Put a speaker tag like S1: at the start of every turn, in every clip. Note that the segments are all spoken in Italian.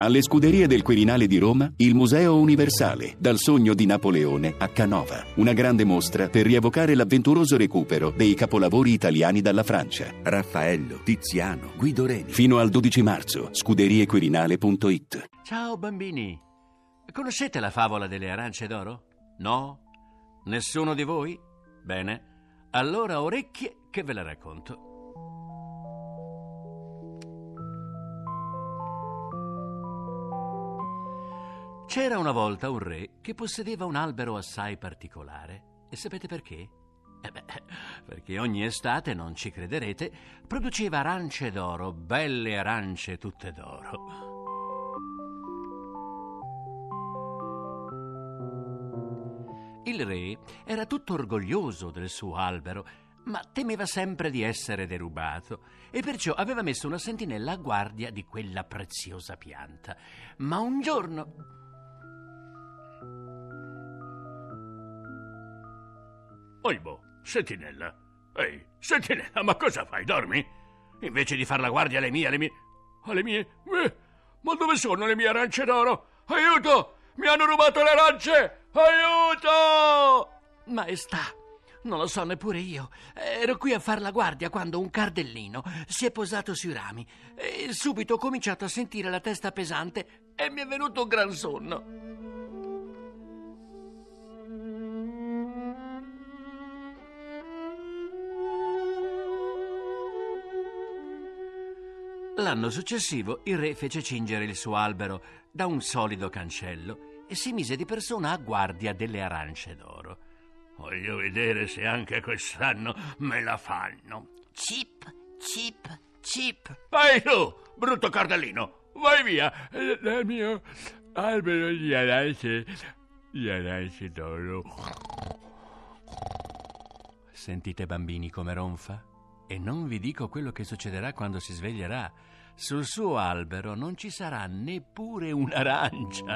S1: Alle Scuderie del Quirinale di Roma, il Museo Universale, dal sogno di Napoleone a Canova. Una grande mostra per rievocare l'avventuroso recupero dei capolavori italiani dalla Francia.
S2: Raffaello, Tiziano, Guido Reni.
S1: Fino al 12 marzo, scuderiequirinale.it.
S3: Ciao bambini, conoscete la favola delle arance d'oro? No? Nessuno di voi? Bene, allora orecchie che ve la racconto. C'era una volta un re che possedeva un albero assai particolare. E sapete perché? Perché ogni estate, non ci crederete, produceva arance d'oro, belle arance tutte d'oro. Il re era tutto orgoglioso del suo albero, ma temeva sempre di essere derubato e perciò aveva messo una sentinella a guardia di quella preziosa pianta. Ma un giorno...
S4: Oibo, sentinella. Ehi, sentinella, ma cosa fai? Dormi? Invece di far la guardia alle mie... ma dove sono le mie arance d'oro? Aiuto! Mi hanno rubato le arance! Aiuto!
S3: Maestà, non lo so neppure io. Ero qui a far la guardia quando un cardellino si è posato sui rami e subito ho cominciato a sentire la testa pesante e mi è venuto un gran sonno. L'anno successivo il re fece cingere il suo albero da un solido cancello e si mise di persona a guardia delle arance d'oro.
S4: Voglio vedere se anche quest'anno me la fanno.
S5: Cip, cip, cip.
S4: Vai tu, brutto cardellino, vai via. Dal mio albero di arance d'oro.
S3: Sentite bambini come ronfa? E non vi dico quello che succederà quando si sveglierà. Sul suo albero non ci sarà neppure un'arancia.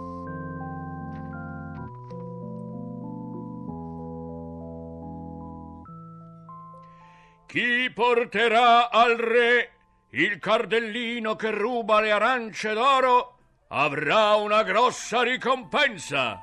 S4: Chi porterà al re il cardellino che ruba le arance d'oro avrà una grossa ricompensa.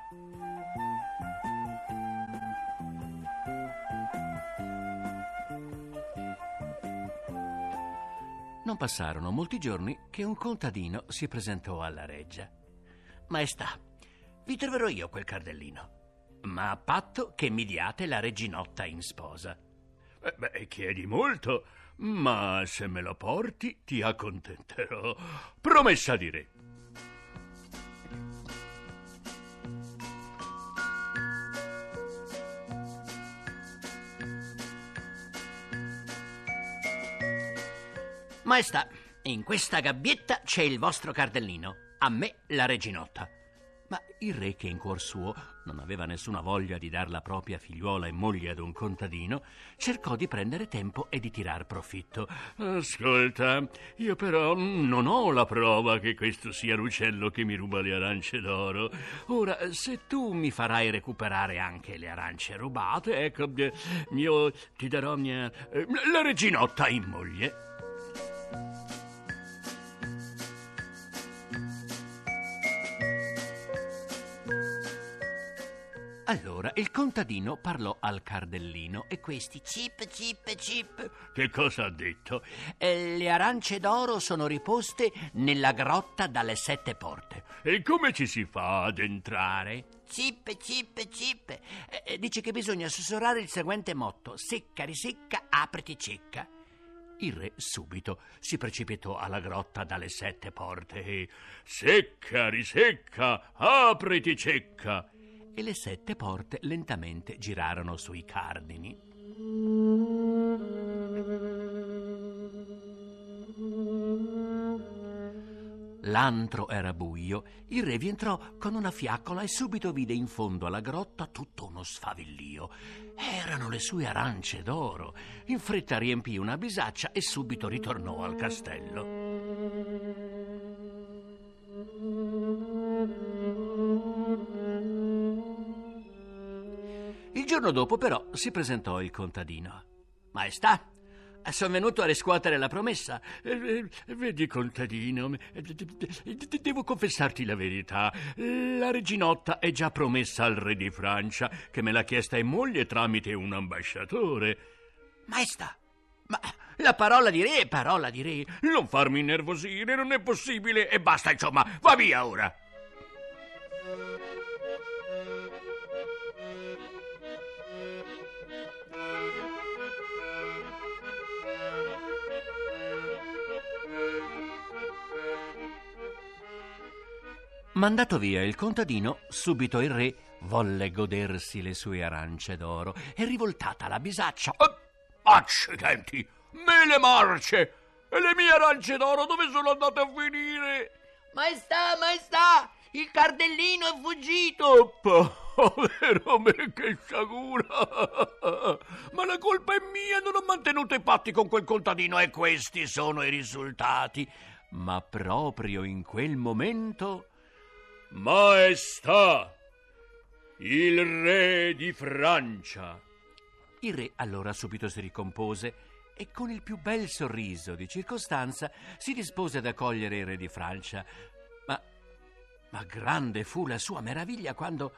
S3: Non passarono molti giorni che un contadino si presentò alla reggia. Maestà, vi troverò io quel cardellino, ma a patto che mi diate la reginotta in sposa.
S4: Chiedi molto, ma se me lo porti ti accontenterò. Promessa di re.
S3: Maestà, in questa gabbietta c'è il vostro cardellino, a me la reginotta. Ma il re, che in cuor suo non aveva nessuna voglia di dar la propria figliuola in moglie ad un contadino, cercò di prendere tempo e di tirar profitto.
S4: Ascolta, io però non ho la prova che questo sia l'uccello che mi ruba le arance d'oro.
S3: Ora, se tu mi farai recuperare anche le arance rubate, ecco,
S4: io ti darò la reginotta in moglie.
S3: Allora il contadino parlò al cardellino e questi
S5: Cip, cip, cip.
S4: Che cosa ha detto?
S3: Le arance d'oro sono riposte nella grotta dalle 7 porte.
S4: E come ci si fa ad entrare?
S5: Cip, cip, cip.
S3: Dice che bisogna sussurrare il seguente motto: secca, risecca, apriti cecca. Il re subito si precipitò alla grotta dalle 7 porte e
S4: secca, risecca, apriti cecca.
S3: E le 7 porte lentamente girarono sui cardini. L'antro era buio. Il re vi entrò con una fiaccola e subito vide in fondo alla grotta tutto uno sfavillio. Erano le sue arance d'oro. In fretta riempì una bisaccia e subito ritornò al castello. Il giorno dopo però si presentò il contadino. Maestà, Sono venuto a riscuotere la promessa. Vedi, contadino, devo confessarti la verità. La reginotta è già promessa al re di Francia, che me l'ha chiesta in moglie tramite un ambasciatore.
S5: Maestà,
S3: Ma la parola di re è parola di re.
S4: Non farmi innervosire, non è possibile. E basta, insomma, va via ora.
S3: Mandato via il contadino, subito il re volle godersi le sue arance d'oro e, rivoltata la bisaccia...
S4: Accidenti, mele marce! E le mie arance d'oro dove sono andate a finire?
S5: maestà, il cardellino è fuggito.
S4: Povero me, che sciagura! Ma la colpa è mia, non ho mantenuto i patti con quel contadino e questi sono i risultati.
S3: Ma proprio in quel momento...
S4: Maestà, il re di Francia.
S3: Il re allora subito si ricompose e con il più bel sorriso di circostanza si dispose ad accogliere il re di Francia. Ma grande fu la sua meraviglia quando...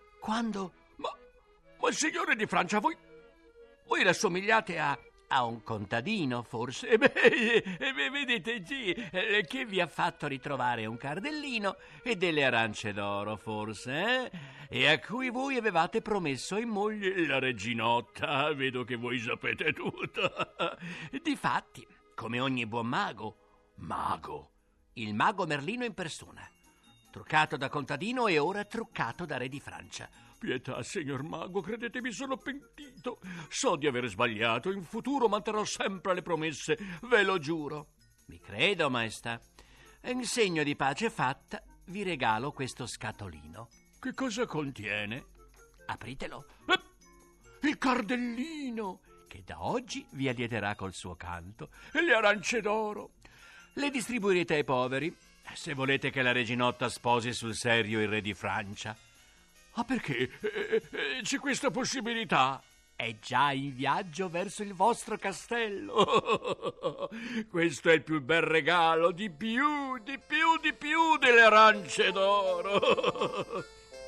S4: Ma signore di Francia, voi rassomigliate
S3: a un contadino, forse? Vedete, sì, che vi ha fatto ritrovare un cardellino e delle arance d'oro, forse, e a cui voi avevate promesso in moglie
S4: la reginotta. Vedo che voi sapete tutto.
S3: Difatti, come ogni buon mago, il mago Merlino in persona, truccato da contadino e ora truccato da re di Francia.
S4: Pietà, signor mago, credetemi, sono pentito. So di aver sbagliato. In futuro manterrò sempre le promesse, ve lo giuro.
S3: Mi credo, maestà. In segno di pace fatta, vi regalo questo scatolino.
S4: Che cosa contiene?
S3: Apritelo.
S4: Il cardellino!
S3: Che da oggi vi allieterà col suo canto.
S4: E le arance d'oro?
S3: Le distribuirete ai poveri, se volete che la reginotta sposi sul serio il re di Francia.
S4: Ah, perché? C'è questa possibilità?
S3: È già in viaggio verso il vostro castello.
S4: Questo è il più bel regalo, di più delle arance d'oro.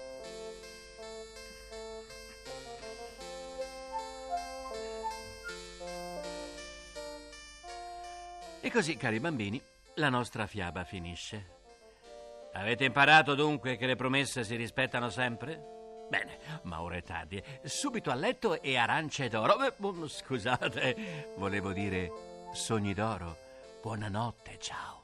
S3: E così, cari bambini, la nostra fiaba finisce. Avete imparato dunque che le promesse si rispettano sempre? Bene, ma ora è tardi. Subito a letto e arance d'oro. Scusate, volevo dire sogni d'oro. Buonanotte, ciao.